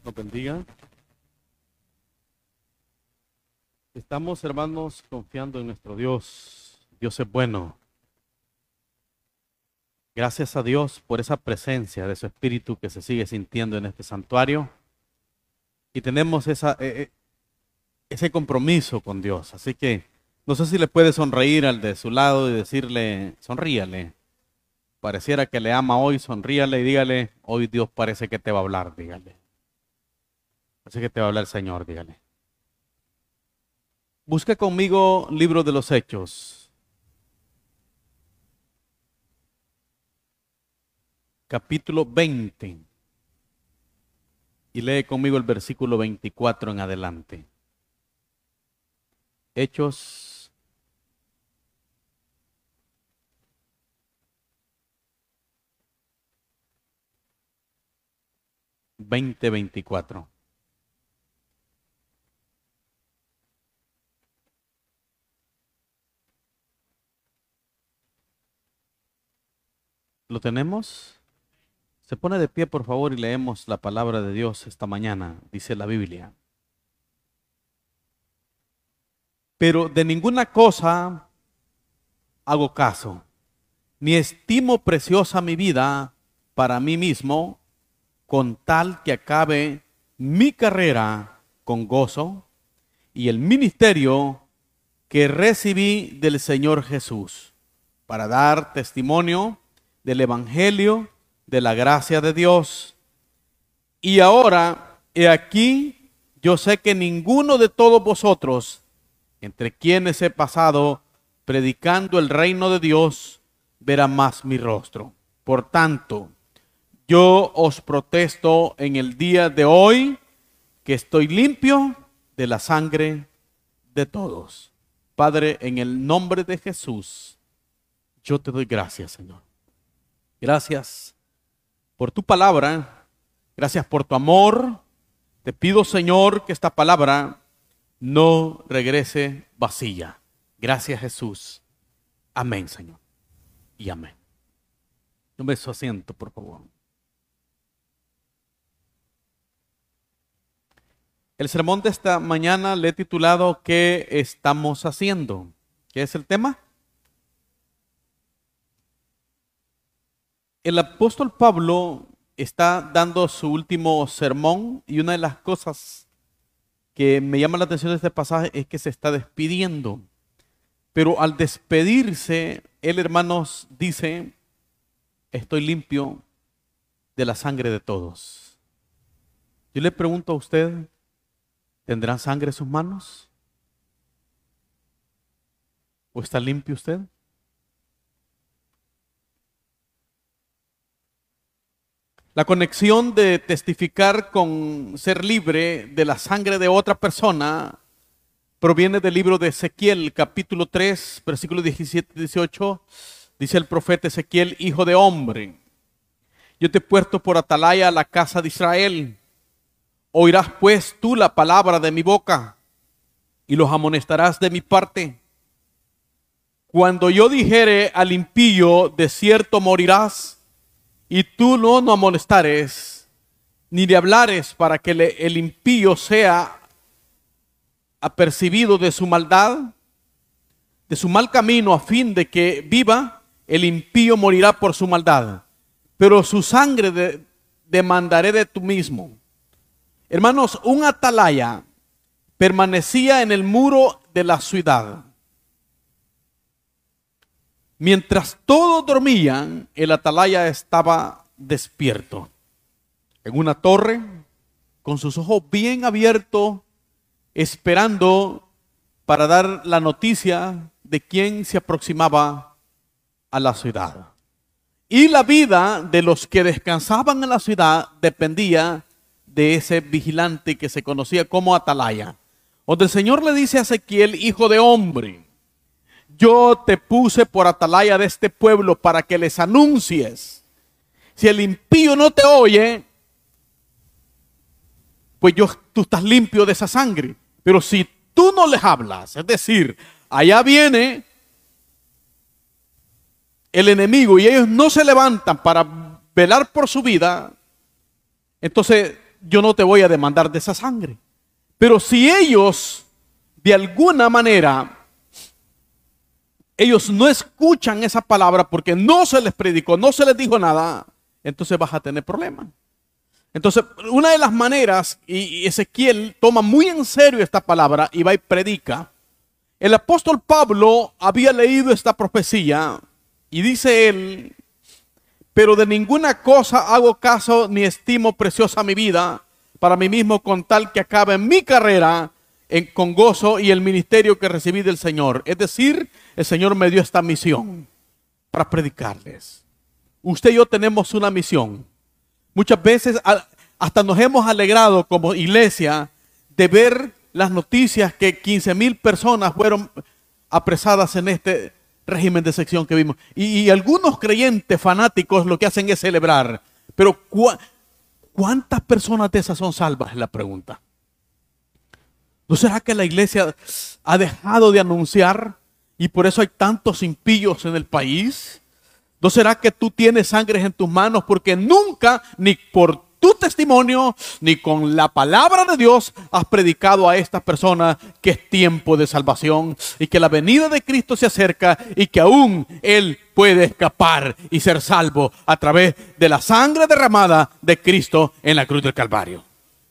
nos bendiga. Estamos, hermanos, confiando en nuestro Dios. Dios es bueno. Gracias a Dios por esa presencia de su Espíritu que se sigue sintiendo en este santuario. Y tenemos ese compromiso con Dios. Así que no sé si le puede sonreír al de su lado y decirle, sonríale. Pareciera que le ama hoy, sonríale y dígale, hoy Dios parece que te va a hablar, dígale. Parece que te va a hablar el Señor, dígale. Busque conmigo Libro de los Hechos. Capítulo 20. Y lee conmigo el versículo 24 en adelante. Hechos 20:24. ¿Lo tenemos? Se pone de pie, por favor, y leemos la palabra de Dios esta mañana, dice la Biblia. Pero de ninguna cosa hago caso, ni estimo preciosa mi vida para mí mismo, con tal que acabe mi carrera con gozo y el ministerio que recibí del Señor Jesús, para dar testimonio del Evangelio de la gracia de Dios. Y ahora, he aquí, yo sé que ninguno de todos vosotros, entre quienes he pasado predicando el reino de Dios, verá más mi rostro. Por tanto, yo os protesto en el día de hoy que estoy limpio de la sangre de todos. Padre, en el nombre de Jesús, yo te doy gracias, Señor. Gracias por tu palabra, gracias por tu amor. Te pido, Señor, que esta palabra no regrese vacía. Gracias, Jesús. Amén, Señor. Y amén. Tome su asiento, por favor. El sermón de esta mañana le he titulado ¿Qué estamos haciendo? ¿Qué es el tema? El apóstol Pablo está dando su último sermón y una de las cosas que me llama la atención de este pasaje es que se está despidiendo. Pero al despedirse, él, hermanos, dice, estoy limpio de la sangre de todos. Yo le pregunto a usted, ¿tendrá sangre en sus manos? ¿O está limpio usted? La conexión de testificar con ser libre de la sangre de otra persona proviene del libro de Ezequiel, capítulo 3, versículos 17 y 18. Dice el profeta Ezequiel, hijo de hombre, yo te he puesto por atalaya a la casa de Israel. Oirás pues tú la palabra de mi boca y los amonestarás de mi parte. Cuando yo dijere al impío, de cierto morirás, y tú no amonestares, ni le hablares para que el impío sea apercibido de su maldad, de su mal camino, a fin de que viva, el impío morirá por su maldad. Pero su sangre demandaré de tú mismo. Hermanos, un atalaya permanecía en el muro de la ciudad. Mientras todos dormían, el atalaya estaba despierto. En una torre, con sus ojos bien abiertos, esperando para dar la noticia de quién se aproximaba a la ciudad. Y la vida de los que descansaban en la ciudad dependía de ese vigilante que se conocía como atalaya. Donde el Señor le dice a Ezequiel, hijo de hombre, yo te puse por atalaya de este pueblo para que les anuncies. Si el impío no te oye, pues tú estás limpio de esa sangre. Pero si tú no les hablas, es decir, allá viene el enemigo y ellos no se levantan para velar por su vida, entonces yo no te voy a demandar de esa sangre. Pero si ellos, de alguna manera, ellos no escuchan esa palabra porque no se les predicó, no se les dijo nada, entonces vas a tener problemas. Entonces, una de las maneras, y Ezequiel toma muy en serio esta palabra y va y predica. El apóstol Pablo había leído esta profecía y dice él: pero de ninguna cosa hago caso ni estimo preciosa mi vida para mí mismo, con tal que acabe mi carrera con gozo y el ministerio que recibí del Señor. Es decir, el Señor me dio esta misión para predicarles. Usted y yo tenemos una misión. Muchas veces hasta nos hemos alegrado como iglesia de ver las noticias que 15,000 personas fueron apresadas en este régimen de sección que vimos. Y algunos creyentes fanáticos lo que hacen es celebrar. Pero ¿cuántas personas de esas son salvas? Es la pregunta. ¿No será que la iglesia ha dejado de anunciar y por eso hay tantos impíos en el país? ¿No será que tú tienes sangre en tus manos porque nunca, ni por tu testimonio, ni con la palabra de Dios, has predicado a estas personas que es tiempo de salvación y que la venida de Cristo se acerca y que aún Él puede escapar y ser salvo a través de la sangre derramada de Cristo en la cruz del Calvario?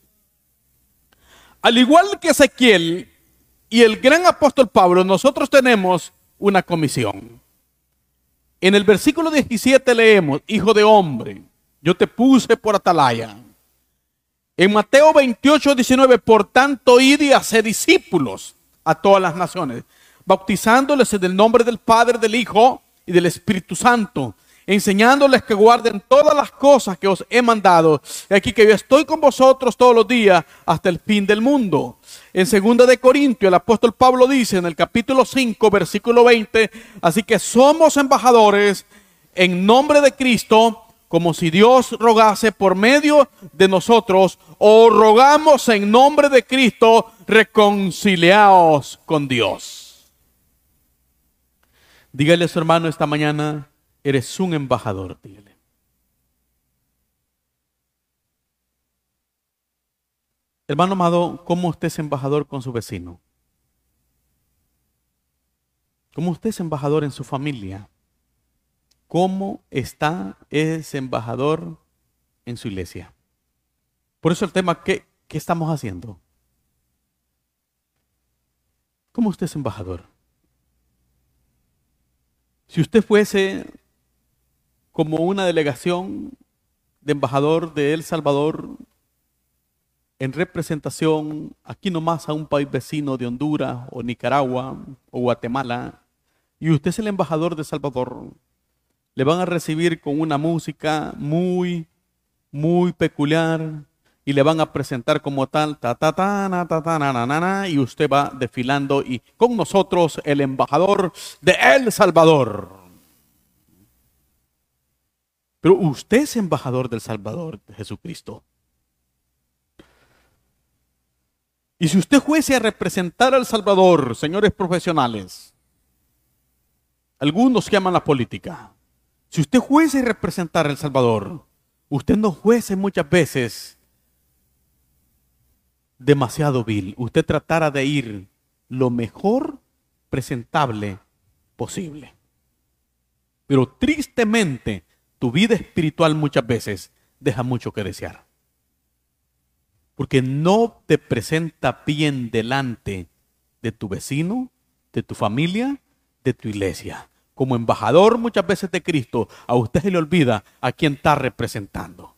Al igual que Ezequiel y el gran apóstol Pablo, nosotros tenemos una comisión. En el versículo 17 leemos: hijo de hombre, yo te puse por atalaya. En Mateo 28, 19, por tanto, id y haced discípulos a todas las naciones, bautizándoles en el nombre del Padre, del Hijo y del Espíritu Santo, enseñándoles que guarden todas las cosas que os he mandado. Y aquí que yo estoy con vosotros todos los días hasta el fin del mundo. En 2 de Corintios, el apóstol Pablo dice en el capítulo 5, versículo 20, así que somos embajadores en nombre de Cristo, como si Dios rogase por medio de nosotros, o rogamos en nombre de Cristo, reconciliaos con Dios. Dígale a su hermano esta mañana: eres un embajador, dígale. Hermano amado, ¿cómo usted es embajador con su vecino? ¿Cómo usted es embajador en su familia? ¿Cómo está ese embajador en su iglesia? Por eso el tema, ¿qué estamos haciendo? ¿Cómo usted es embajador? Si usted fuese como una delegación de embajador de El Salvador en representación aquí nomás a un país vecino de Honduras o Nicaragua o Guatemala, y usted es el embajador de El Salvador, le van a recibir con una música muy, muy peculiar y le van a presentar como tal, ta ta ta na, ta ta na, na, na, na, y usted va desfilando y con nosotros el embajador de El Salvador. Pero usted es embajador del Salvador, de Jesucristo. Y si usted fuese a representar a El Salvador, señores profesionales, algunos que aman la política, si usted fuese a representar a El Salvador, usted no fuese muchas veces demasiado vil. Usted tratara de ir lo mejor presentable posible. Pero tristemente, tu vida espiritual muchas veces deja mucho que desear. Porque no te presenta bien delante de tu vecino, de tu familia, de tu iglesia. Como embajador muchas veces de Cristo, a usted se le olvida a quién está representando.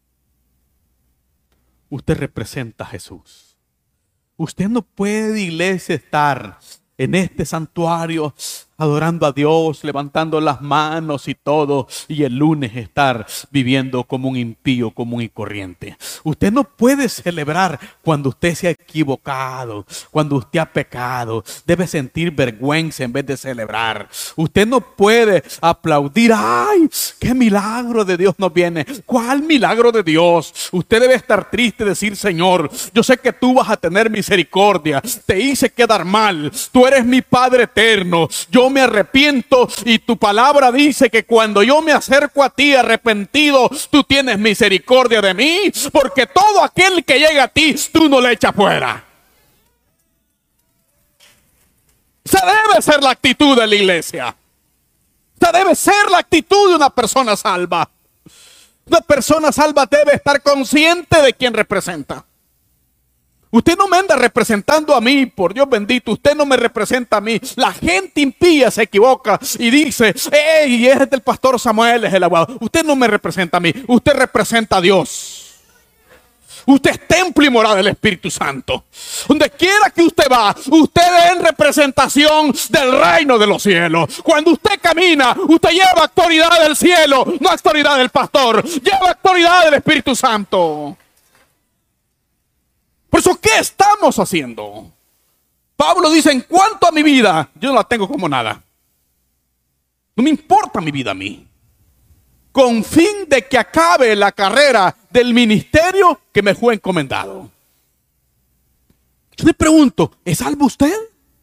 Usted representa a Jesús. Usted no puede, iglesia, estar en este santuario adorando a Dios, levantando las manos y todo, y el lunes estar viviendo como un impío común y corriente. Usted no puede celebrar cuando usted se ha equivocado, cuando usted ha pecado. Debe sentir vergüenza en vez de celebrar. Usted no puede aplaudir. ¡Ay, qué milagro de Dios nos viene! ¿Cuál milagro de Dios? Usted debe estar triste y decir: Señor, yo sé que tú vas a tener misericordia. Te hice quedar mal. Tú eres mi Padre eterno. Yo yo me arrepiento, y tu palabra dice que cuando yo me acerco a ti arrepentido, tú tienes misericordia de mí, porque todo aquel que llega a ti, tú no le echas fuera. Esa debe ser la actitud de la iglesia. Esa debe ser la actitud de una persona salva. Una persona salva debe estar consciente de quién representa. Usted no me anda representando a mí, por Dios bendito. Usted no me representa a mí. La gente impía se equivoca y dice: hey, es del pastor Samuel, es el abogado. Usted no me representa a mí. Usted representa a Dios. Usted es templo y morada del Espíritu Santo. Donde quiera que usted va, usted es en representación del reino de los cielos. Cuando usted camina, usted lleva autoridad del cielo, no autoridad del pastor. Lleva autoridad del Espíritu Santo. Por eso, ¿qué estamos haciendo? Pablo dice: en cuanto a mi vida, yo no la tengo como nada. No me importa mi vida a mí. Con fin de que acabe la carrera del ministerio que me fue encomendado. Yo le pregunto: ¿es salvo usted?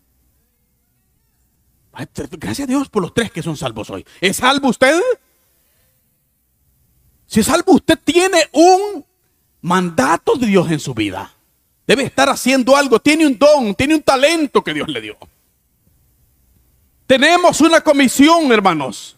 Gracias a Dios por los 3 que son salvos hoy. ¿Es salvo usted? Si es salvo, usted tiene un mandato de Dios en su vida. Debe estar haciendo algo. Tiene un don, tiene un talento que Dios le dio. Tenemos una comisión, hermanos,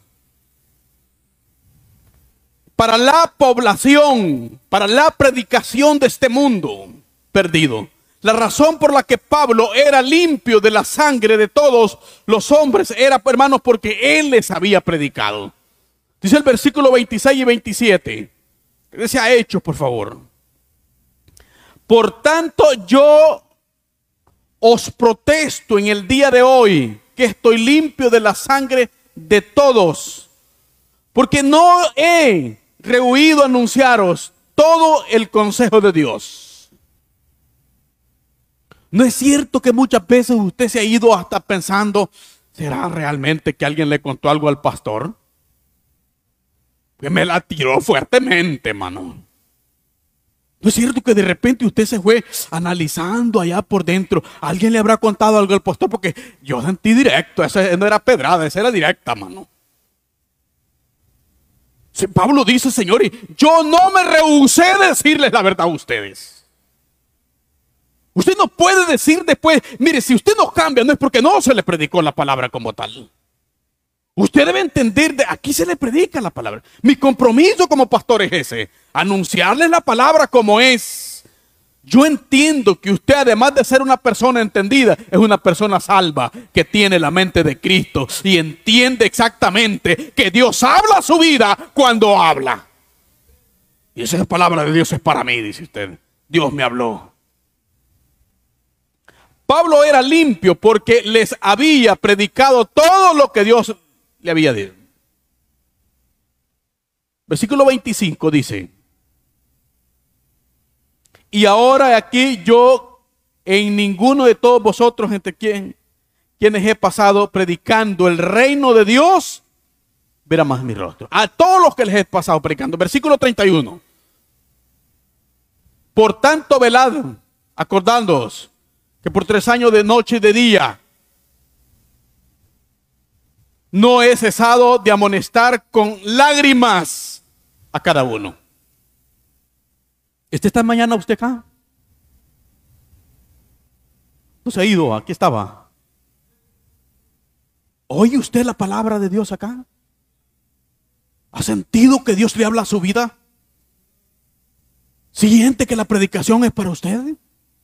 para la población, para la predicación de este mundo perdido. La razón por la que Pablo era limpio de la sangre de todos los hombres era, hermanos, porque él les había predicado. Dice el versículo 26 y 27. Regrese a Hechos, por favor. Por tanto, yo os protesto en el día de hoy que estoy limpio de la sangre de todos, porque no he rehuido anunciaros todo el consejo de Dios. ¿No es cierto que muchas veces usted se ha ido hasta pensando: ¿será realmente que alguien le contó algo al pastor? Que me la tiró fuertemente, hermano. ¿No es cierto que de repente usted se fue analizando allá por dentro? ¿Alguien le habrá contado algo al pastor? Porque yo sentí directo, esa no era pedrada, esa era directa, mano. Pablo dice: señores, yo no me rehusé a decirles la verdad a ustedes. Usted no puede decir después: mire, si usted no cambia, no es porque no se le predicó la palabra como tal. Usted debe entender, aquí se le predica la palabra. Mi compromiso como pastor es ese: anunciarles la palabra como es. Yo entiendo que usted, además de ser una persona entendida, es una persona salva, que tiene la mente de Cristo y entiende exactamente que Dios habla a su vida cuando habla. Y esa palabra de Dios es para mí, dice usted. Dios me habló. Pablo era limpio porque les había predicado todo lo que Dios le había dicho. Versículo 25 dice: y ahora aquí yo en ninguno de todos vosotros, entre quienes he pasado predicando el reino de Dios, verá más mi rostro. A todos los que les he pasado predicando. Versículo 31. Por tanto, velad, acordándoos que por 3 años de noche y de día no he cesado de amonestar con lágrimas a cada uno. ¿Esta mañana usted acá? No se ha ido, aquí estaba. ¿Oye usted la palabra de Dios acá? ¿Ha sentido que Dios le habla a su vida? ¿Siente que la predicación es para usted?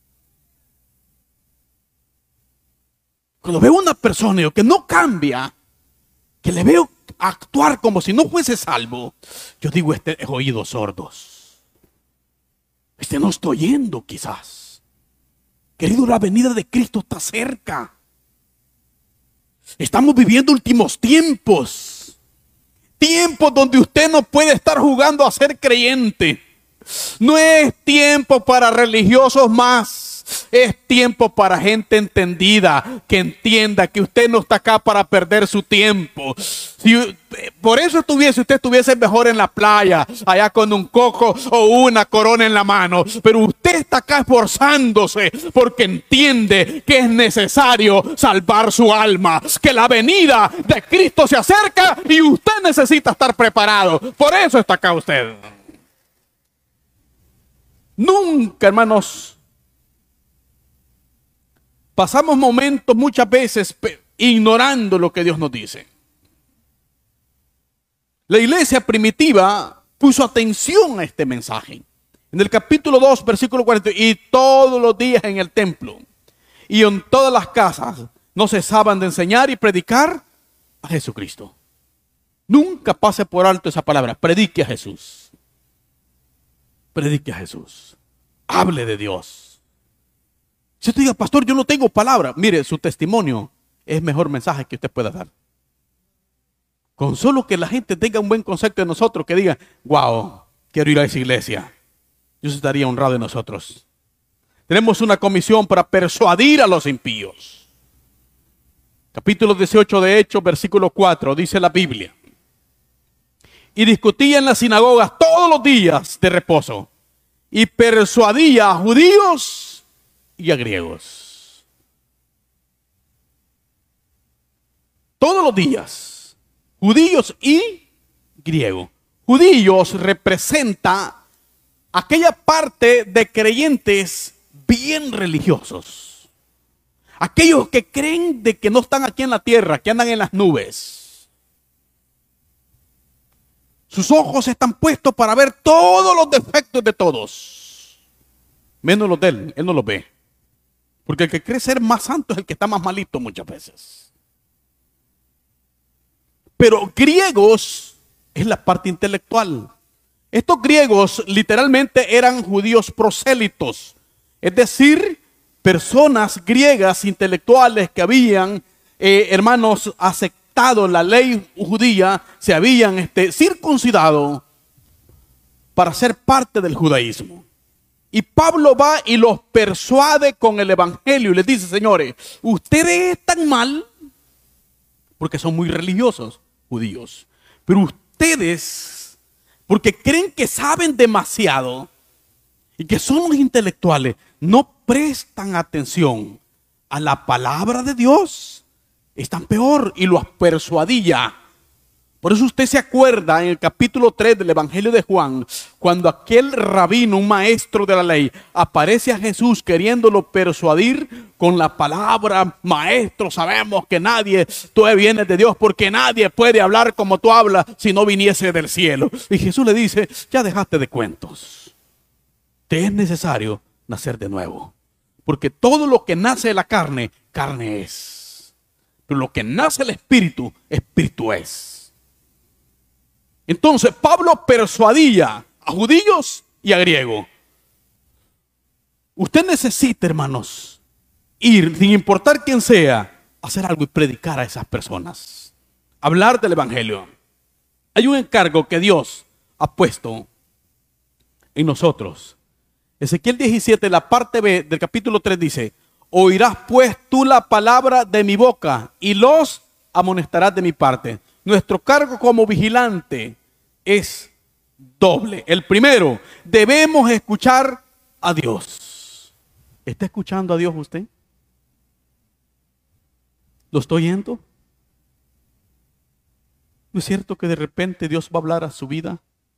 Cuando veo una persona que no cambia, que le veo actuar como si no fuese salvo, yo digo: este es oídos sordos. Este no está oyendo quizás. Querido, la venida de Cristo está cerca. Estamos viviendo últimos tiempos. Tiempos donde usted no puede estar jugando a ser creyente. No es tiempo para religiosos más. es tiempo para gente entendida, que entienda que usted no está acá para perder su tiempo. Si por eso usted estuviese mejor en la playa, allá con un coco o una corona en la mano, pero usted está acá esforzándose porque entiende que es necesario salvar su alma, que la venida de Cristo se acerca y usted necesita estar preparado. Por eso está acá usted. Nunca, hermanos, pasamos momentos muchas veces ignorando lo que Dios nos dice. La iglesia primitiva puso atención a este mensaje. En el capítulo 2, versículo 40, y todos los días en el templo y en todas las casas no cesaban de enseñar y predicar a Jesucristo. Nunca pase por alto esa palabra. Predique a Jesús. Predique a Jesús. Hable de Dios. Si usted diga, pastor, yo no tengo palabra. Mire, su testimonio es el mejor mensaje que usted pueda dar. Con solo que la gente tenga un buen concepto de nosotros, que diga, wow, quiero ir a esa iglesia. Dios estaría honrado de nosotros. Tenemos una comisión para persuadir a los impíos. Capítulo 18 de Hechos, versículo 4, dice la Biblia. Y discutía en las sinagogas todos los días de reposo. Y persuadía a judíos y a griegos. Todos los días. Judíos y griegos. Judíos representa aquella parte de creyentes bien religiosos. Aquellos que creen de que no están aquí en la tierra, que andan en las nubes. Sus ojos están puestos para ver todos los defectos de todos. Menos los de él no los ve. Porque el que cree ser más santo es el que está más malito muchas veces. Pero griegos es la parte intelectual. Estos griegos literalmente eran judíos prosélitos. Es decir, personas griegas intelectuales que habían, hermanos, aceptado la ley judía, se habían circuncidado para ser parte del judaísmo. Y Pablo va y los persuade con el evangelio y les dice, señores, ustedes están mal porque son muy religiosos, judíos, pero ustedes, porque creen que saben demasiado y que son los intelectuales, no prestan atención a la palabra de Dios, están peor y los persuadía. Por eso usted se acuerda en el capítulo 3 del Evangelio de Juan, cuando aquel rabino, un maestro de la ley, aparece a Jesús queriéndolo persuadir con la palabra, maestro, sabemos que tú vienes de Dios porque nadie puede hablar como tú hablas si no viniese del cielo. Y Jesús le dice, ya dejaste de cuentos, te es necesario nacer de nuevo, porque todo lo que nace de la carne, carne es, pero lo que nace del espíritu, espíritu es. Entonces Pablo persuadía a judíos y a griegos. Usted necesita, hermanos, ir, sin importar quién sea, a hacer algo y predicar a esas personas. Hablar del evangelio. Hay un encargo que Dios ha puesto en nosotros. Ezequiel 17, la parte B del capítulo 3 dice, oirás pues tú la palabra de mi boca y los amonestarás de mi parte. Nuestro cargo como vigilante es doble. El primero, debemos escuchar a Dios. ¿Está escuchando a Dios usted? ¿Lo estoy oyendo? ¿No es cierto que de repente Dios va a hablar a su vida?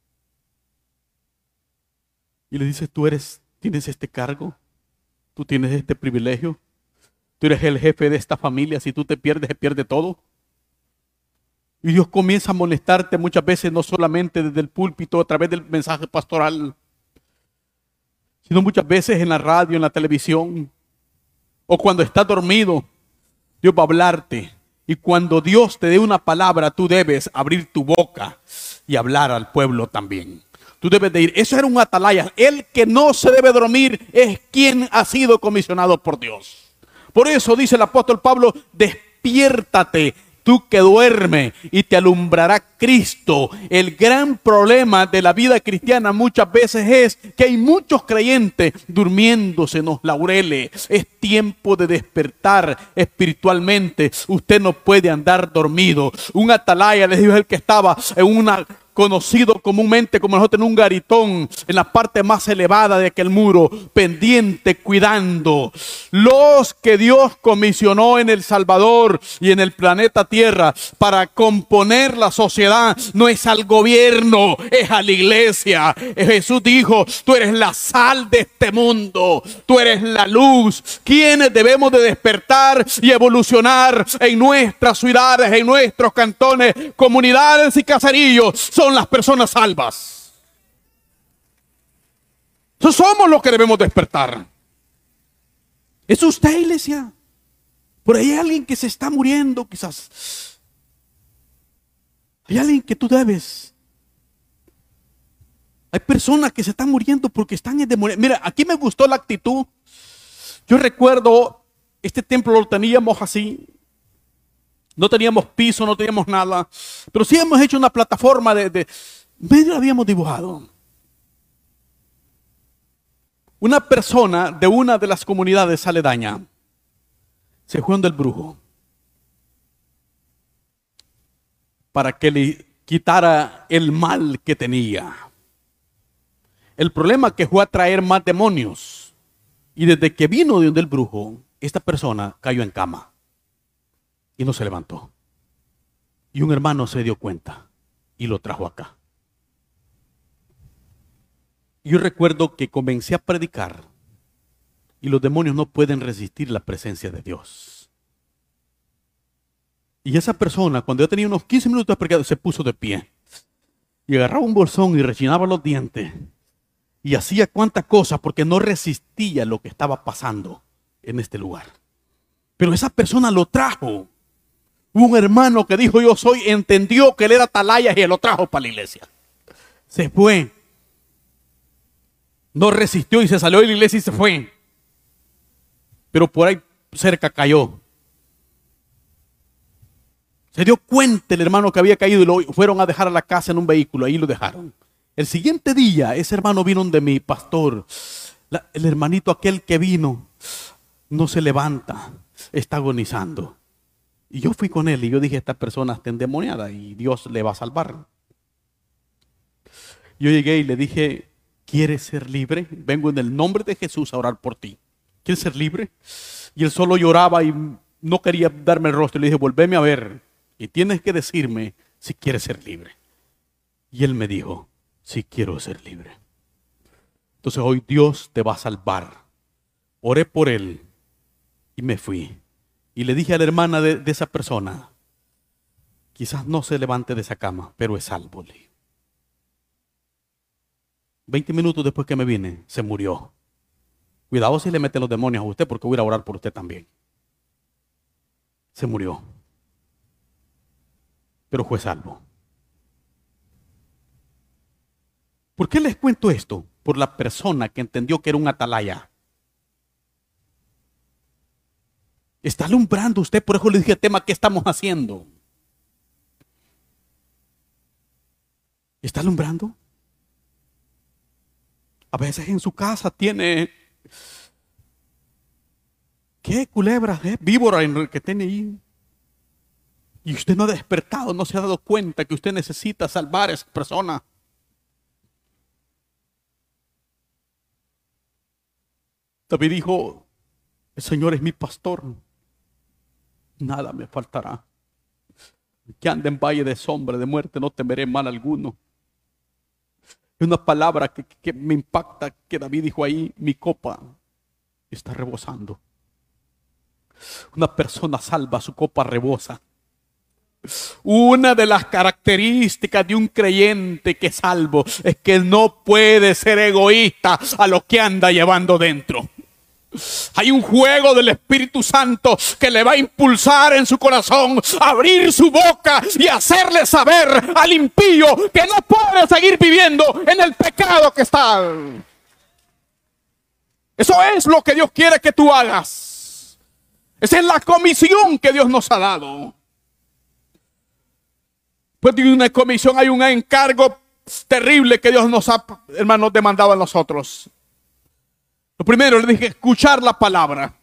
Y le dice, tienes este cargo, tú tienes este privilegio, tú eres el jefe de esta familia, si tú te pierdes, se pierde todo. Y Dios comienza a molestarte muchas veces, no solamente desde el púlpito, a través del mensaje pastoral, sino muchas veces en la radio, en la televisión, o cuando estás dormido, Dios va a hablarte. Y cuando Dios te dé una palabra, tú debes abrir tu boca y hablar al pueblo también. Tú debes de ir. Eso era un atalaya. El que no se debe dormir es quien ha sido comisionado por Dios. Por eso dice el apóstol Pablo, despiértate, tú que duermes, y te alumbrará Cristo. El gran problema de la vida cristiana muchas veces es que hay muchos creyentes durmiéndose en los laureles. Es tiempo de despertar espiritualmente. Usted no puede andar dormido. Un atalaya, les dijo el que estaba en una, conocido comúnmente como nosotros, en un garitón, en la parte más elevada de aquel muro, pendiente, cuidando. Los que Dios comisionó en El Salvador y en el planeta Tierra para componer la sociedad no es al gobierno, es a la iglesia. Jesús dijo: tú eres la sal de este mundo, tú eres la luz. ¿Quiénes debemos de despertar y evolucionar en nuestras ciudades, en nuestros cantones, comunidades y caseríos? Son las personas salvas. Eso somos los que debemos despertar. ¿Es usted, iglesia? Por ahí hay alguien que se está muriendo, quizás. Hay alguien que tú debes. Hay personas que se están muriendo porque están endemoniadas. Mira, aquí me gustó la actitud. Yo recuerdo, este templo lo teníamos así. No teníamos piso, no teníamos nada. Pero sí hemos hecho una plataforma medio la habíamos dibujado. Una persona de una de las comunidades aledañas se fue donde el brujo para que le quitara el mal que tenía. El problema es que fue a traer más demonios. Y desde que vino de donde el brujo, esta persona cayó en cama y no se levantó. Y un hermano se dio cuenta y lo trajo acá. Yo recuerdo que comencé a predicar y los demonios no pueden resistir la presencia de Dios. Y esa persona, cuando yo tenía unos 15 minutos de predicar, se puso de pie y agarraba un bolsón y rechinaba los dientes y hacía cuantas cosas porque no resistía lo que estaba pasando en este lugar. Pero esa persona lo trajo. Hubo un hermano que dijo: yo soy, entendió que él era atalaya y él lo trajo para la iglesia. Se fue. No resistió y se salió de la iglesia y se fue. Pero por ahí cerca cayó. Se dio cuenta el hermano que había caído y lo fueron a dejar a la casa en un vehículo. Ahí lo dejaron. El siguiente día ese hermano vino de mi pastor. El hermanito aquel que vino no se levanta, está agonizando. Y yo fui con él y yo dije: esta persona está endemoniada y Dios le va a salvar. Yo llegué y le dije: ¿quieres ser libre? Vengo en el nombre de Jesús a orar por ti. ¿Quieres ser libre? Y él solo lloraba y no quería darme el rostro. Le dije: volveme a ver y tienes que decirme si quieres ser libre. Y él me dijo: sí, quiero ser libre. Entonces hoy Dios te va a salvar. Oré por él y me fui. Y le dije a la hermana de esa persona: quizás no se levante de esa cama, pero es salvo. 20 minutos después que me vine, se murió. Cuidado si le meten los demonios a usted, porque voy a ir a orar por usted también. Se murió. Pero fue salvo. ¿Por qué les cuento esto? Por la persona que entendió que era un atalaya. Está alumbrando usted, por eso le dije el tema: ¿qué estamos haciendo? ¿Está alumbrando? A veces en su casa tiene, ¿qué? Culebras, víboras que tiene ahí. Y usted no ha despertado, no se ha dado cuenta que usted necesita salvar a esa persona. David dijo: el Señor es mi pastor, nada me faltará. Que ande en valle de sombra de muerte, no temeré mal alguno. Es una palabra que me impacta, que David dijo ahí: mi copa está rebosando. Una persona salva, su copa rebosa. Una de las características de un creyente que es salvo es que no puede ser egoísta a lo que anda llevando dentro. Hay un juego del Espíritu Santo que le va a impulsar en su corazón a abrir su boca y hacerle saber al impío que no puede seguir viviendo en el pecado que está. Eso es lo que Dios quiere que tú hagas. Esa es la comisión que Dios nos ha dado. Pues de una comisión hay un encargo terrible que Dios nos ha, hermanos, demandado a nosotros. Lo primero, le dije, escuchar la palabra.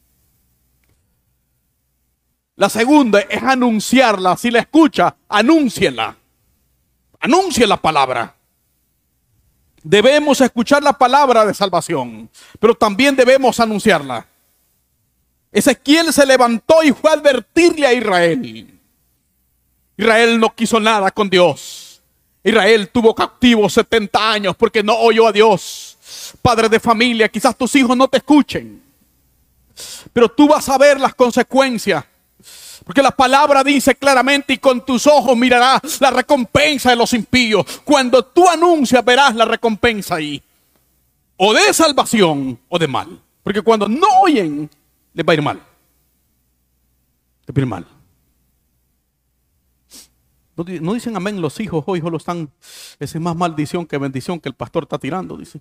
La segunda es anunciarla. Si la escucha, anúnciela. Anuncie la palabra. Debemos escuchar la palabra de salvación, pero también debemos anunciarla. Ezequiel se levantó y fue a advertirle a Israel. Israel no quiso nada con Dios. Israel tuvo cautivo 70 años porque no oyó a Dios. Padre de familia, quizás tus hijos no te escuchen, pero tú vas a ver las consecuencias. Porque la palabra dice claramente: y con tus ojos mirarás la recompensa de los impíos. Cuando tú anuncias, verás la recompensa ahí, o de salvación o de mal. Porque cuando no oyen, les va a ir mal. Les va a ir mal. No dicen amén los hijos hoy, solo están, esa es más maldición que bendición que el pastor está tirando, dice.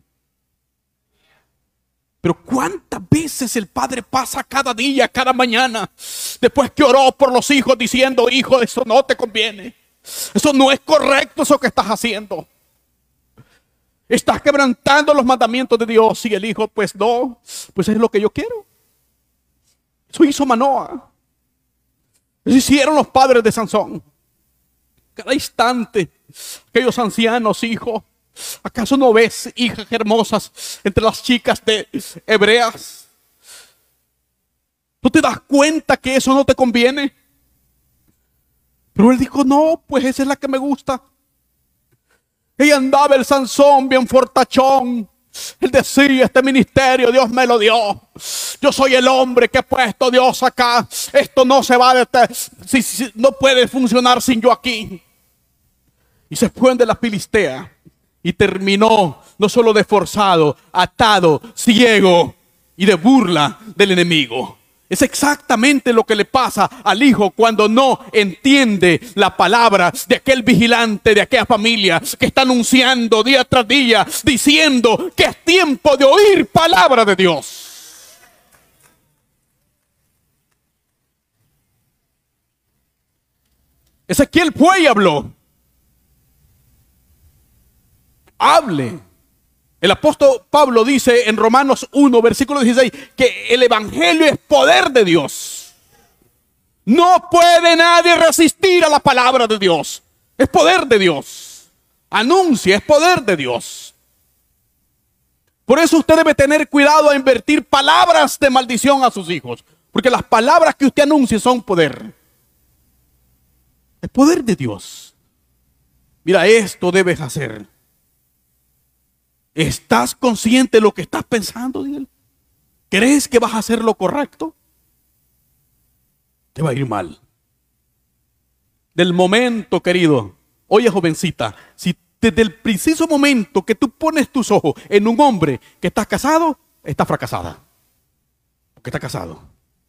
Pero ¿cuántas veces el padre pasa cada día, cada mañana, después que oró por los hijos, diciendo: hijo, eso no te conviene, eso no es correcto, eso que estás haciendo, estás quebrantando los mandamientos de Dios? Y el hijo, pues no, pues es lo que yo quiero. Eso hizo Manoah, eso hicieron los padres de Sansón. Cada instante, aquellos ancianos: hijo, ¿acaso no ves hijas hermosas entre las chicas de hebreas? ¿No te das cuenta que eso no te conviene? Pero él dijo: no, pues esa es la que me gusta. Ella andaba el Sansón bien fortachón. Él decía: este ministerio Dios me lo dio. Yo soy el hombre que ha puesto Dios acá. Esto no se va a detener. No puede funcionar sin yo aquí. Y se fue de la Filistea y terminó no solo de forzado, atado, ciego y de burla del enemigo. Es exactamente lo que le pasa al hijo cuando no entiende la palabra de aquel vigilante, de aquella familia que está anunciando día tras día, diciendo que es tiempo de oír palabra de Dios. Ezequiel fue y habló. Hable. El apóstol Pablo dice en Romanos 1, versículo 16, que el evangelio es poder de Dios. No puede nadie resistir a la palabra de Dios. Es poder de Dios. Anuncia, es poder de Dios. Por eso usted debe tener cuidado a invertir palabras de maldición a sus hijos, porque las palabras que usted anuncia son poder. Es poder de Dios. Mira, esto debes hacer. ¿Estás consciente de lo que estás pensando, Diel? ¿Crees que vas a hacer lo correcto? Te va a ir mal. Del momento, querido, oye, jovencita, si desde el preciso momento que tú pones tus ojos en un hombre que está casado, está fracasada. Porque está casado.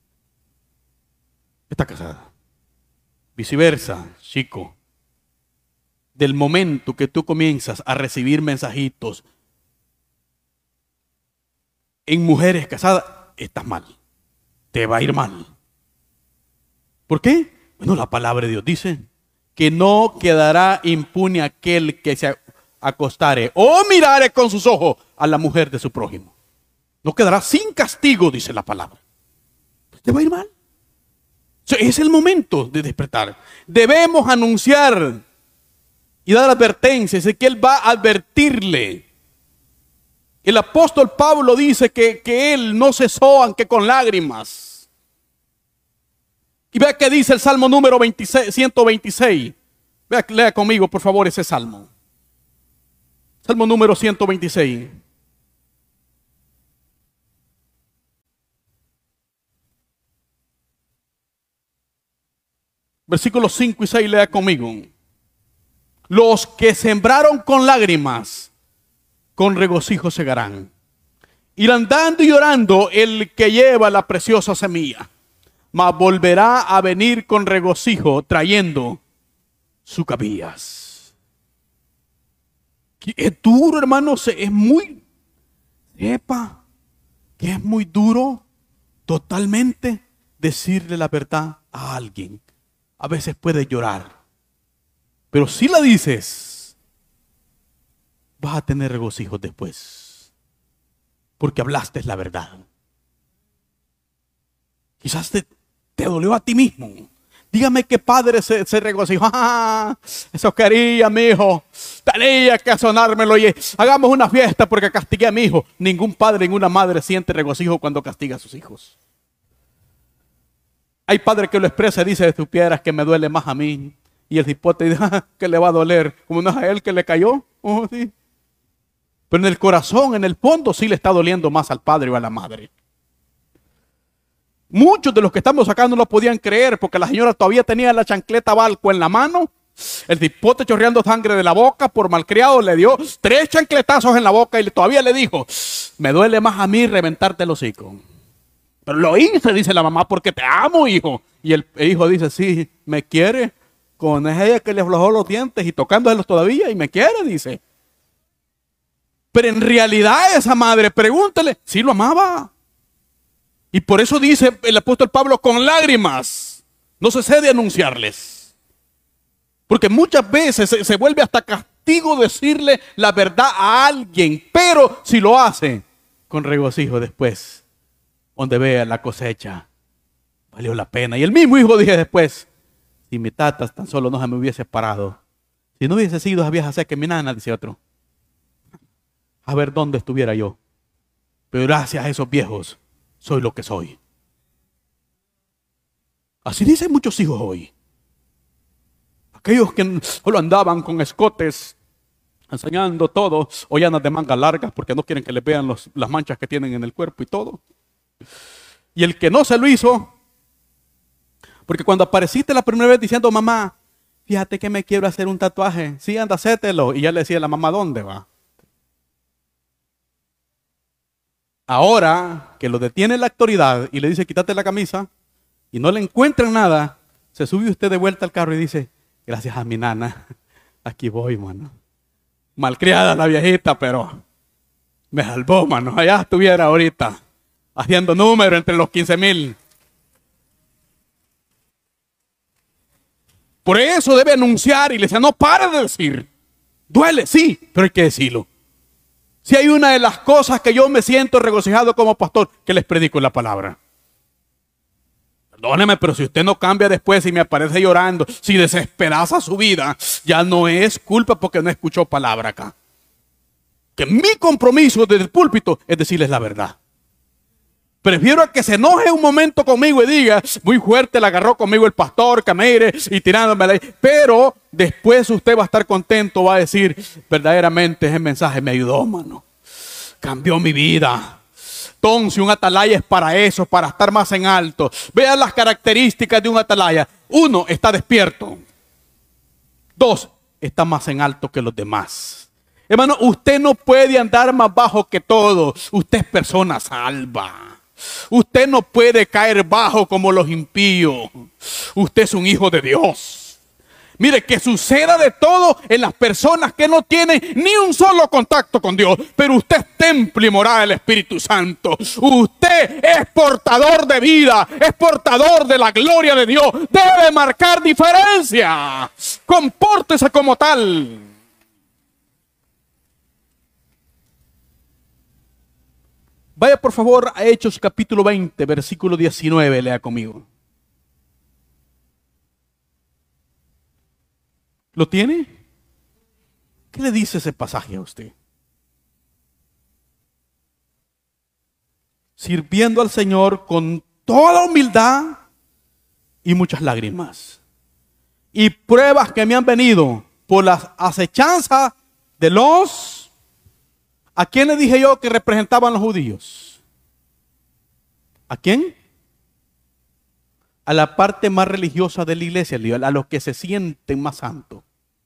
Está casada. Viceversa, chico. Del momento que tú comienzas a recibir mensajitos en mujeres casadas, estás mal. Te va a ir mal. ¿Por qué? Bueno, la palabra de Dios dice que no quedará impune aquel que se acostare o mirare con sus ojos a la mujer de su prójimo. No quedará sin castigo, dice la palabra. Te va a ir mal. Es el momento de despertar. Debemos anunciar y dar advertencias. Ezequiel va a advertirle. El apóstol Pablo dice que él no cesó aunque con lágrimas. Y vea que dice el Salmo número 126. Vea, lea conmigo por favor ese Salmo. Salmo número 126. Versículos 5 y 6, lea conmigo. Los que sembraron con lágrimas, con regocijo segarán. Irán dando y llorando el que lleva la preciosa semilla, mas volverá a venir con regocijo trayendo sus cabillas. Es duro, hermanos, es muy, sepa que es muy duro totalmente decirle la verdad a alguien. A veces puede llorar. Pero si la dices, vas a tener regocijo después, porque hablaste la verdad. Quizás te dolió a ti mismo. Dígame qué padre se regocijó. ¡Ah! Eso quería mi hijo. Tenía que sonármelo y hagamos una fiesta porque castigué a mi hijo. Ningún padre, ninguna madre siente regocijo cuando castiga a sus hijos. Hay padre que lo expresa y dice, de tus piedras que me duele más a mí. Y el hipote dice, que le va a doler, como no es a él que le cayó. Oh, sí. Pero en el corazón, en el fondo, sí le está doliendo más al padre o a la madre. Muchos de los que estamos acá no lo podían creer porque la señora todavía tenía la chancleta Balco en la mano. El hipote chorreando sangre de la boca por malcriado le dio 3 chancletazos en la boca y todavía le dijo, me duele más a mí reventarte el hocico. Pero lo hice, dice la mamá, porque te amo, hijo. Y el hijo dice, sí, me quiere. Con ella que le aflojó los dientes y tocándoselos todavía y me quiere, dice. Pero en realidad esa madre, pregúntale, sí lo amaba. Y por eso dice el apóstol Pablo, con lágrimas, no cesé de anunciarles. Porque muchas veces se vuelve hasta castigo decirle la verdad a alguien, pero si lo hace con regocijo después, donde vea la cosecha, valió la pena. Y el mismo hijo dije después, si mi tata tan solo no se me hubiese parado, si no hubiese sido esa vieja seca que mi nana, dice otro, a ver dónde estuviera yo. Pero gracias a esos viejos, soy lo que soy. Así dicen muchos hijos hoy. Aquellos que solo andaban con escotes, enseñando todo, hoy andan de mangas largas porque no quieren que les vean las manchas que tienen en el cuerpo y todo. Y el que no se lo hizo, porque cuando apareciste la primera vez diciendo, mamá, fíjate que me quiero hacer un tatuaje. Sí, anda, hacételo. Y ya le decía a la mamá, ¿dónde va? Ahora que lo detiene la autoridad y le dice, quítate la camisa, y no le encuentran nada, se sube usted de vuelta al carro y dice, gracias a mi nana, aquí voy, mano. Malcriada la viejita, pero me salvó, mano. Allá estuviera ahorita, haciendo número entre los 15,000. Por eso debe anunciar y le dice, no pare de decir. Duele, sí, pero hay que decirlo. Si hay una de las cosas que yo me siento regocijado como pastor, que les predico la palabra. Perdóneme, pero si usted no cambia después y me aparece llorando, si desesperanza su vida, ya no es culpa porque no escuchó palabra acá. Que mi compromiso desde el púlpito es decirles la verdad. Prefiero a que se enoje un momento conmigo y diga, muy fuerte la agarró conmigo el pastor, que mire, y tirándome ahí. Pero después usted va a estar contento, va a decir, verdaderamente ese mensaje me ayudó, mano. Cambió mi vida. Entonces un atalaya es para eso, para estar más en alto. Vean las características de un atalaya. 1, está despierto. 2, está más en alto que los demás. Hermano, usted no puede andar más bajo que todos. Usted es persona salva. Usted no puede caer bajo como los impíos. Usted es un hijo de Dios. Mire, que suceda de todo en las personas que no tienen ni un solo contacto con Dios. Pero usted es templo y morada del Espíritu Santo. Usted es portador de vida, es portador de la gloria de Dios. Debe marcar diferencia. Compórtese como tal. Vaya por favor a Hechos capítulo 20, versículo 19, lea conmigo. ¿Lo tiene? ¿Qué le dice ese pasaje a usted? Sirviendo al Señor con toda humildad y muchas lágrimas. Y pruebas que me han venido por las acechanzas de los... ¿A quién le dije yo que representaban los judíos? ¿A quién? A la parte más religiosa de la iglesia, a los que se sienten más santos.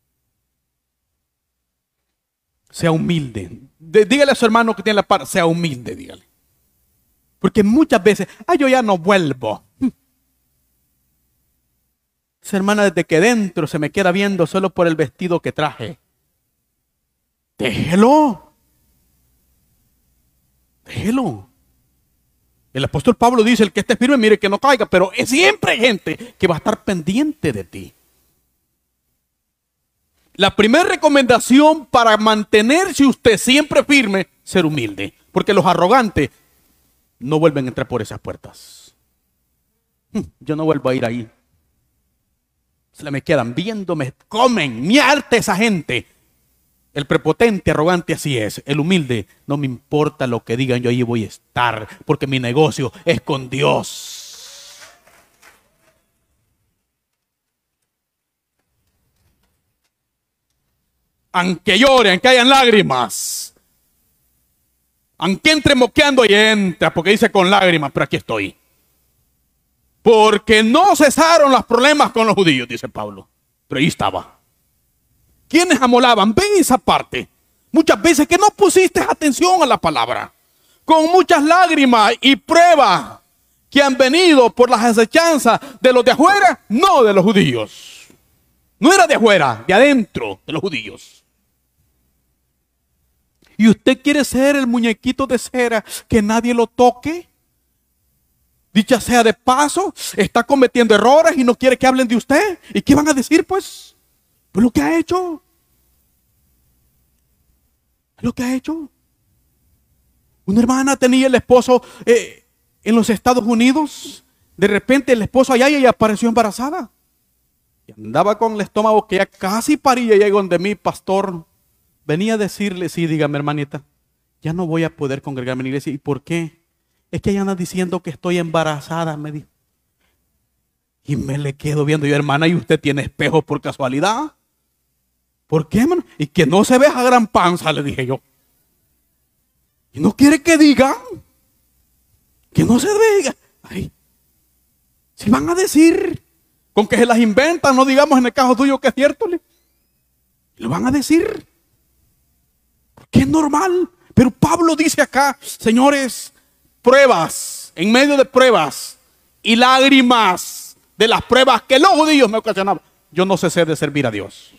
Sea humilde. Dígale a su hermano que tiene la parte, sea humilde, dígale. Porque muchas veces, yo ya no vuelvo. Esa hermana desde que dentro se me queda viendo solo por el vestido que traje. Déjelo. Déjelo. El apóstol Pablo dice, el que esté firme, mire que no caiga, pero siempre hay gente que va a estar pendiente de ti. La primera recomendación para mantenerse usted siempre firme, ser humilde. Porque los arrogantes no vuelven a entrar por esas puertas. Yo no vuelvo a ir ahí. Se me quedan viendo, me comen, me harta esa gente. El prepotente, arrogante así es. El humilde, no me importa lo que digan, yo ahí voy a estar, porque mi negocio es con Dios. Aunque lloren, aunque hayan lágrimas, aunque entre moqueando y entra, porque dice con lágrimas, pero aquí estoy. Porque no cesaron los problemas con los judíos, dice Pablo. Pero ahí estaba. ¿Quiénes amolaban? Ven esa parte. Muchas veces que no pusiste atención a la palabra. Con muchas lágrimas y pruebas que han venido por las acechanzas de los de afuera, no de los judíos. No era de afuera, de adentro de los judíos. ¿Y usted quiere ser el muñequito de cera que nadie lo toque? Dicha sea de paso, está cometiendo errores y no quiere que hablen de usted. ¿Y qué van a decir, pues? Pues lo que ha hecho. Lo que ha hecho. Una hermana tenía el esposo en los Estados Unidos. De repente el esposo allá y ella apareció embarazada. Y andaba con el estómago que ya casi paría. Y ahí donde mi pastor venía a decirle, sí, dígame hermanita, ya no voy a poder congregarme en la iglesia. ¿Y por qué? Es que ella anda diciendo que estoy embarazada, me dijo. Y me le quedo viendo yo, hermana, ¿y usted tiene espejo por casualidad? ¿Por qué, hermano? Y que no se vea gran panza, le dije yo. Y no quiere que digan. Que no se diga. Ay, si van a decir, con que se las inventan, no digamos en el caso tuyo que es cierto. Lo van a decir. Porque es normal. Pero Pablo dice acá, señores, pruebas, en medio de pruebas y lágrimas de las pruebas que los judíos me ocasionaban, yo no cesé de servir a Dios.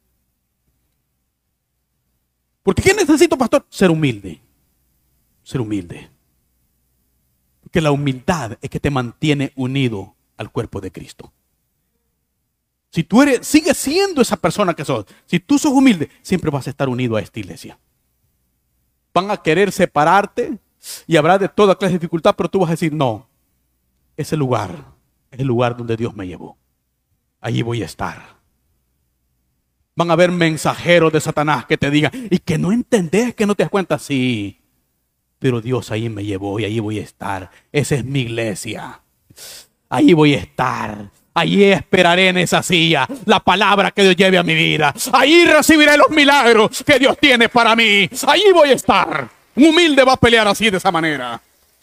Porque ¿qué necesito, pastor? Ser humilde. Ser humilde. Porque la humildad es que te mantiene unido al cuerpo de Cristo. Si tú sigues siendo esa persona que sos, si tú sos humilde, siempre vas a estar unido a esta iglesia. Van a querer separarte y habrá de toda clase de dificultad, pero tú vas a decir, no, ese lugar es el lugar donde Dios me llevó. Allí voy a estar. Van a haber mensajeros de Satanás que te digan, y que no entendés, que no te das cuenta. Sí, pero Dios ahí me llevó y allí voy a estar. Esa es mi iglesia. Allí voy a estar. Allí esperaré en esa silla la palabra que Dios lleve a mi vida. Allí recibiré los milagros que Dios tiene para mí. Allí voy a estar. Un humilde va a pelear así, de esa manera.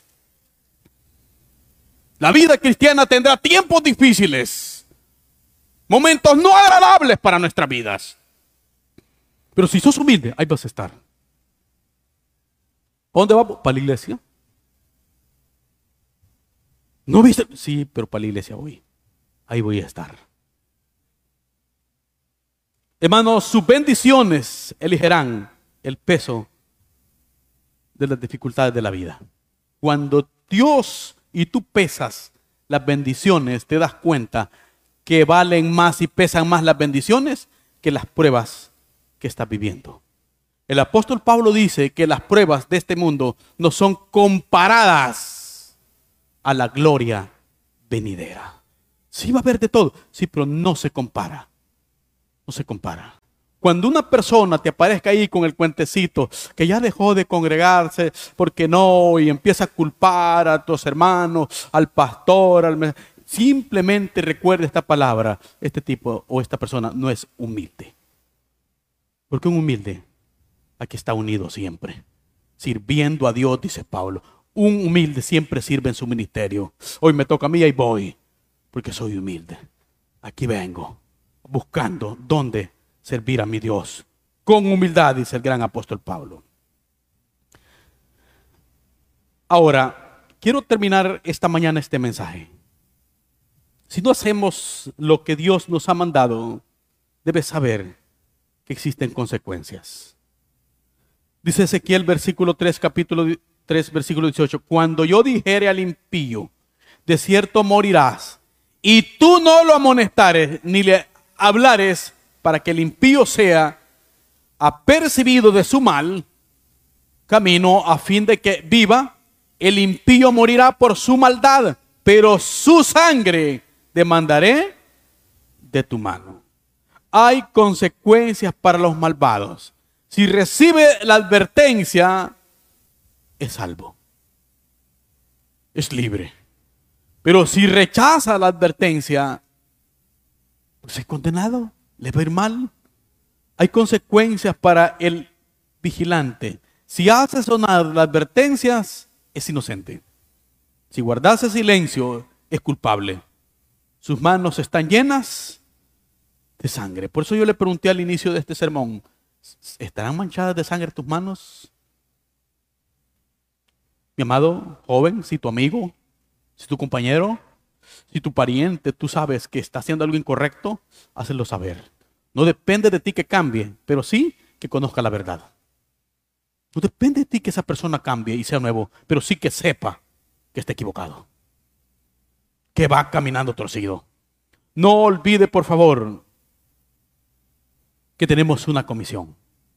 La vida cristiana tendrá tiempos difíciles, momentos no agradables para nuestras vidas. Pero si sos humilde, ahí vas a estar. ¿A dónde vamos? ¿Para la iglesia? ¿No viste? Sí, pero para la iglesia voy. Ahí voy a estar. Hermanos, sus bendiciones eligerán el peso de las dificultades de la vida. Cuando Dios y tú pesas las bendiciones, te das cuenta que valen más y pesan más las bendiciones que las pruebas que estás viviendo. El apóstol Pablo dice que las pruebas de este mundo no son comparadas a la gloria venidera. Sí va a haber de todo, sí, pero no se compara. No se compara. Cuando una persona te aparezca ahí con el cuentecito que ya dejó de congregarse porque no, y empieza a culpar a tus hermanos, al pastor, simplemente recuerde esta palabra: este tipo o esta persona no es humilde. Porque un humilde aquí está unido siempre, sirviendo a Dios, dice Pablo. Un humilde siempre sirve en su ministerio. Hoy me toca a mí, ahí voy, porque soy humilde. Aquí vengo, buscando dónde servir a mi Dios. Con humildad, dice el gran apóstol Pablo. Ahora, quiero terminar esta mañana este mensaje. Si no hacemos lo que Dios nos ha mandado, debes saber que existen consecuencias. Dice Ezequiel capítulo 3, versículo 18. Cuando yo dijere al impío, de cierto morirás, y tú no lo amonestares, ni le hablares para que el impío sea apercibido de su mal camino, a fin de que viva. El impío morirá por su maldad, pero su sangre demandaré de tu mano. Hay consecuencias para los malvados. Si recibe la advertencia, es salvo, es libre. Pero si rechaza la advertencia, pues es condenado, le va a ir mal. Hay consecuencias para el vigilante. Si hace sonar las advertencias, es inocente. Si guardase silencio, es culpable. Sus manos están llenas de sangre. Por eso yo le pregunté al inicio de este sermón, ¿estarán manchadas de sangre tus manos? Mi amado joven, si tu amigo, si tu compañero, si tu pariente, tú sabes que está haciendo algo incorrecto, hazlo saber. No depende de ti que cambie, pero sí que conozca la verdad. No depende de ti que esa persona cambie y sea nuevo, pero sí que sepa que está equivocado, que va caminando torcido. No olvide, por favor, que tenemos una comisión.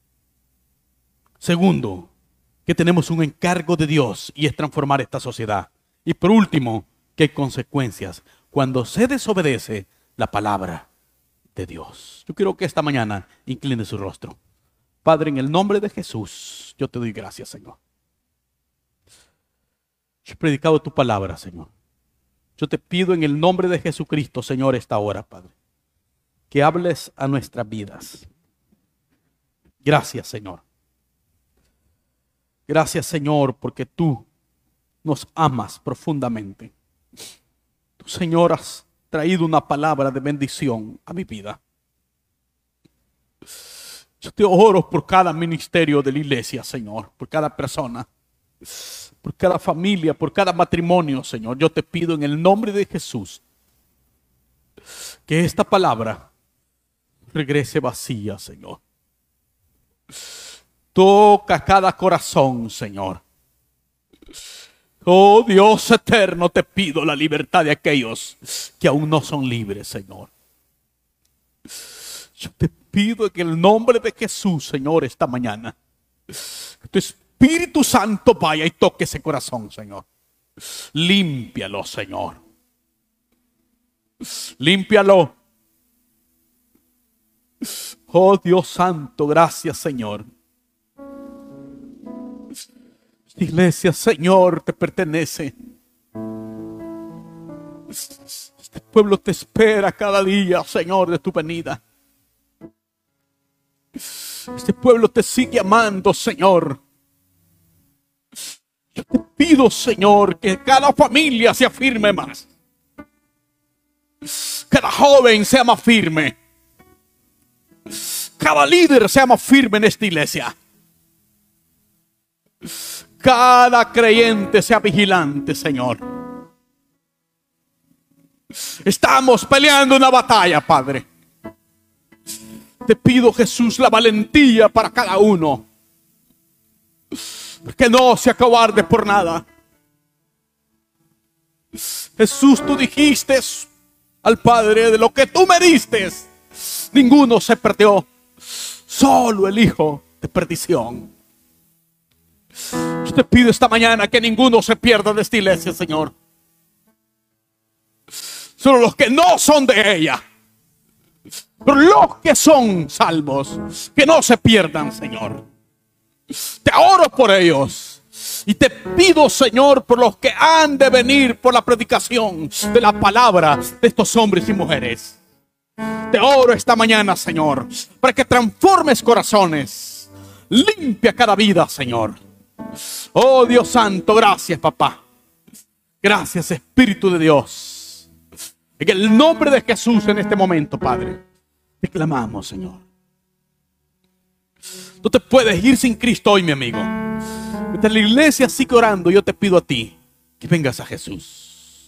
Segundo, que tenemos un encargo de Dios y es transformar esta sociedad. Y por último, que hay consecuencias cuando se desobedece la palabra de Dios. Yo quiero que esta mañana incline su rostro. Padre, en el nombre de Jesús, yo te doy gracias, Señor. Yo he predicado tu palabra, Señor. Yo te pido en el nombre de Jesucristo, Señor, esta hora, Padre, que hables a nuestras vidas. Gracias, Señor. Gracias, Señor, porque tú nos amas profundamente. Tú, Señor, has traído una palabra de bendición a mi vida. Yo te oro por cada ministerio de la iglesia, Señor, por cada persona, por cada familia, por cada matrimonio, Señor. Yo te pido en el nombre de Jesús que esta palabra regrese vacía, Señor. Toca cada corazón, Señor. Oh Dios eterno, te pido la libertad de aquellos que aún no son libres, Señor. Yo te pido en el nombre de Jesús, Señor, esta mañana, que tu Espíritu Santo vaya y toque ese corazón, Señor. Límpialo, Señor. Límpialo. Oh Dios Santo, gracias, Señor. Esta iglesia, Señor, te pertenece. Este pueblo te espera cada día, Señor, de tu venida. Este pueblo te sigue amando, Señor. Yo te pido, Señor, que cada familia se afirme más. Cada joven sea más firme. Cada líder sea más firme en esta iglesia. Cada creyente sea vigilante, Señor. Estamos peleando una batalla, Padre. Te pido, Jesús, la valentía para cada uno. Que no se acobarde por nada. Jesús, tú dijiste al Padre, de lo que tú me diste, ninguno se perdió, solo el hijo de perdición. Yo te pido esta mañana que ninguno se pierda de esta iglesia, Señor. Solo los que no son de ella. Pero los que son salvos, que no se pierdan, Señor. Te oro por ellos. Y te pido, Señor, por los que han de venir por la predicación de la palabra de estos hombres y mujeres. Te oro esta mañana, Señor, para que transformes corazones. Limpia cada vida, Señor. Oh Dios Santo, gracias, papá. Gracias, Espíritu de Dios. En el nombre de Jesús en este momento, Padre, te clamamos, Señor. Tú te puedes ir sin Cristo hoy, mi amigo. Mientras la iglesia sigue orando, yo te pido a ti que vengas a Jesús.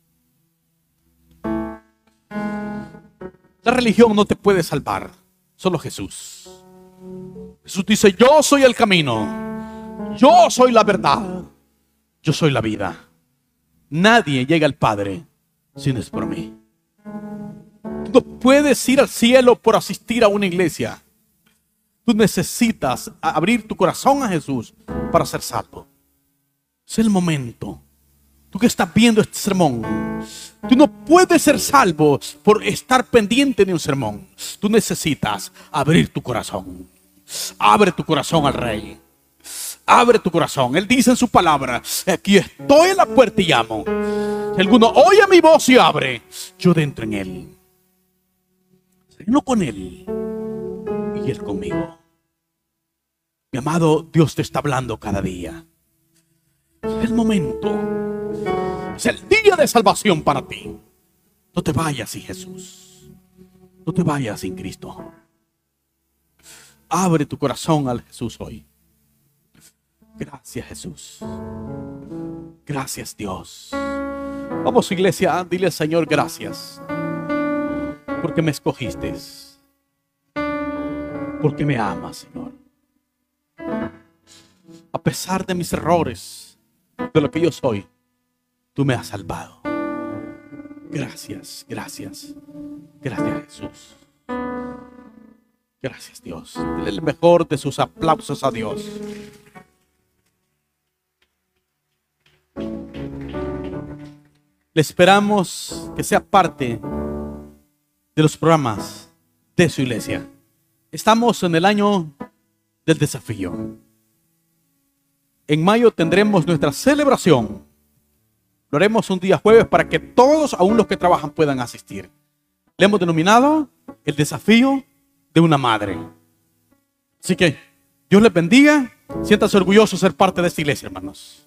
La religión no te puede salvar, solo Jesús. Jesús dice: yo soy el camino, yo soy la verdad, yo soy la vida. Nadie llega al Padre si no es por mí. Tú no puedes ir al cielo por asistir a una iglesia. Tú necesitas abrir tu corazón a Jesús para ser salvo. Es el momento. Tú que estás viendo este sermón, tú no puedes ser salvo por estar pendiente de un sermón. Tú necesitas abrir tu corazón. Abre tu corazón al Rey. Abre tu corazón. Él dice en su palabra: aquí estoy en la puerta y llamo. Si alguno oye mi voz y abre, yo dentro en él. No con él y él conmigo. Mi amado, Dios te está hablando cada día. Es el momento. Es el día de salvación para ti. No te vayas sin Jesús. No te vayas sin Cristo. Abre tu corazón al Jesús hoy. Gracias, Jesús. Gracias, Dios. Vamos, iglesia, dile al Señor gracias. Porque me escogiste. Porque me amas, Señor. A pesar de mis errores, de lo que yo soy, tú me has salvado. Gracias, gracias. Gracias, Jesús. Gracias, Dios. Dile el mejor de sus aplausos a Dios. Le esperamos que sea parte de los programas de su iglesia. Estamos en el año del desafío. En mayo tendremos nuestra celebración. Lo haremos un día jueves para que todos, aún los que trabajan, puedan asistir. Le hemos denominado el desafío de una madre. Así que Dios les bendiga. Siéntanse orgullosos de ser parte de esta iglesia, hermanos.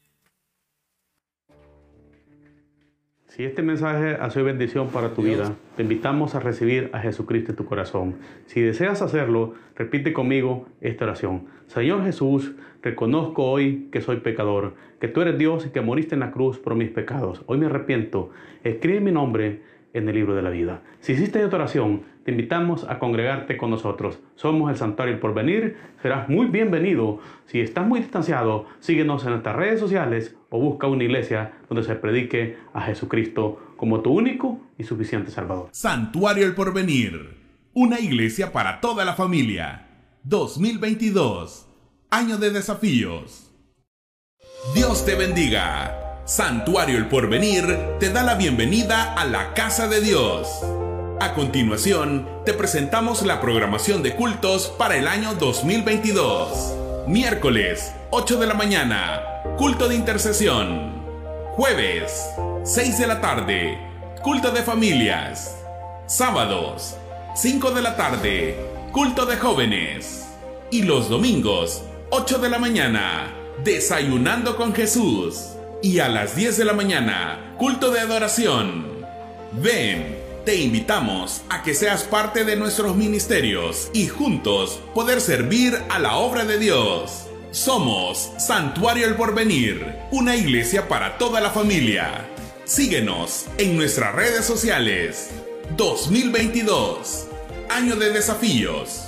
Si este mensaje ha sido bendición para tu vida, te invitamos a recibir a Jesucristo en tu corazón. Si deseas hacerlo, repite conmigo esta oración. Señor Jesús, reconozco hoy que soy pecador, que tú eres Dios y que moriste en la cruz por mis pecados. Hoy me arrepiento. Escribe mi nombre en el libro de la vida. Si hiciste esta oración, te invitamos a congregarte con nosotros. Somos el Santuario El Porvenir. Serás muy bienvenido. Si estás muy distanciado, síguenos en nuestras redes sociales o busca una iglesia donde se predique a Jesucristo como tu único y suficiente Salvador. Santuario El Porvenir, una iglesia para toda la familia. 2022, año de desafíos. Dios te bendiga. Santuario El Porvenir te da la bienvenida a la casa de Dios. A continuación, te presentamos la programación de cultos para el año 2022. Miércoles, 8 de la mañana, culto de intercesión. Jueves, 6 de la tarde, culto de familias. Sábados, 5 de la tarde, culto de jóvenes. Y los domingos, 8 de la mañana, desayunando con Jesús. Y a las 10 de la mañana, culto de adoración. Ven, te invitamos a que seas parte de nuestros ministerios y juntos poder servir a la obra de Dios. Somos Santuario El Porvenir, una iglesia para toda la familia. Síguenos en nuestras redes sociales. 2022, año de desafíos.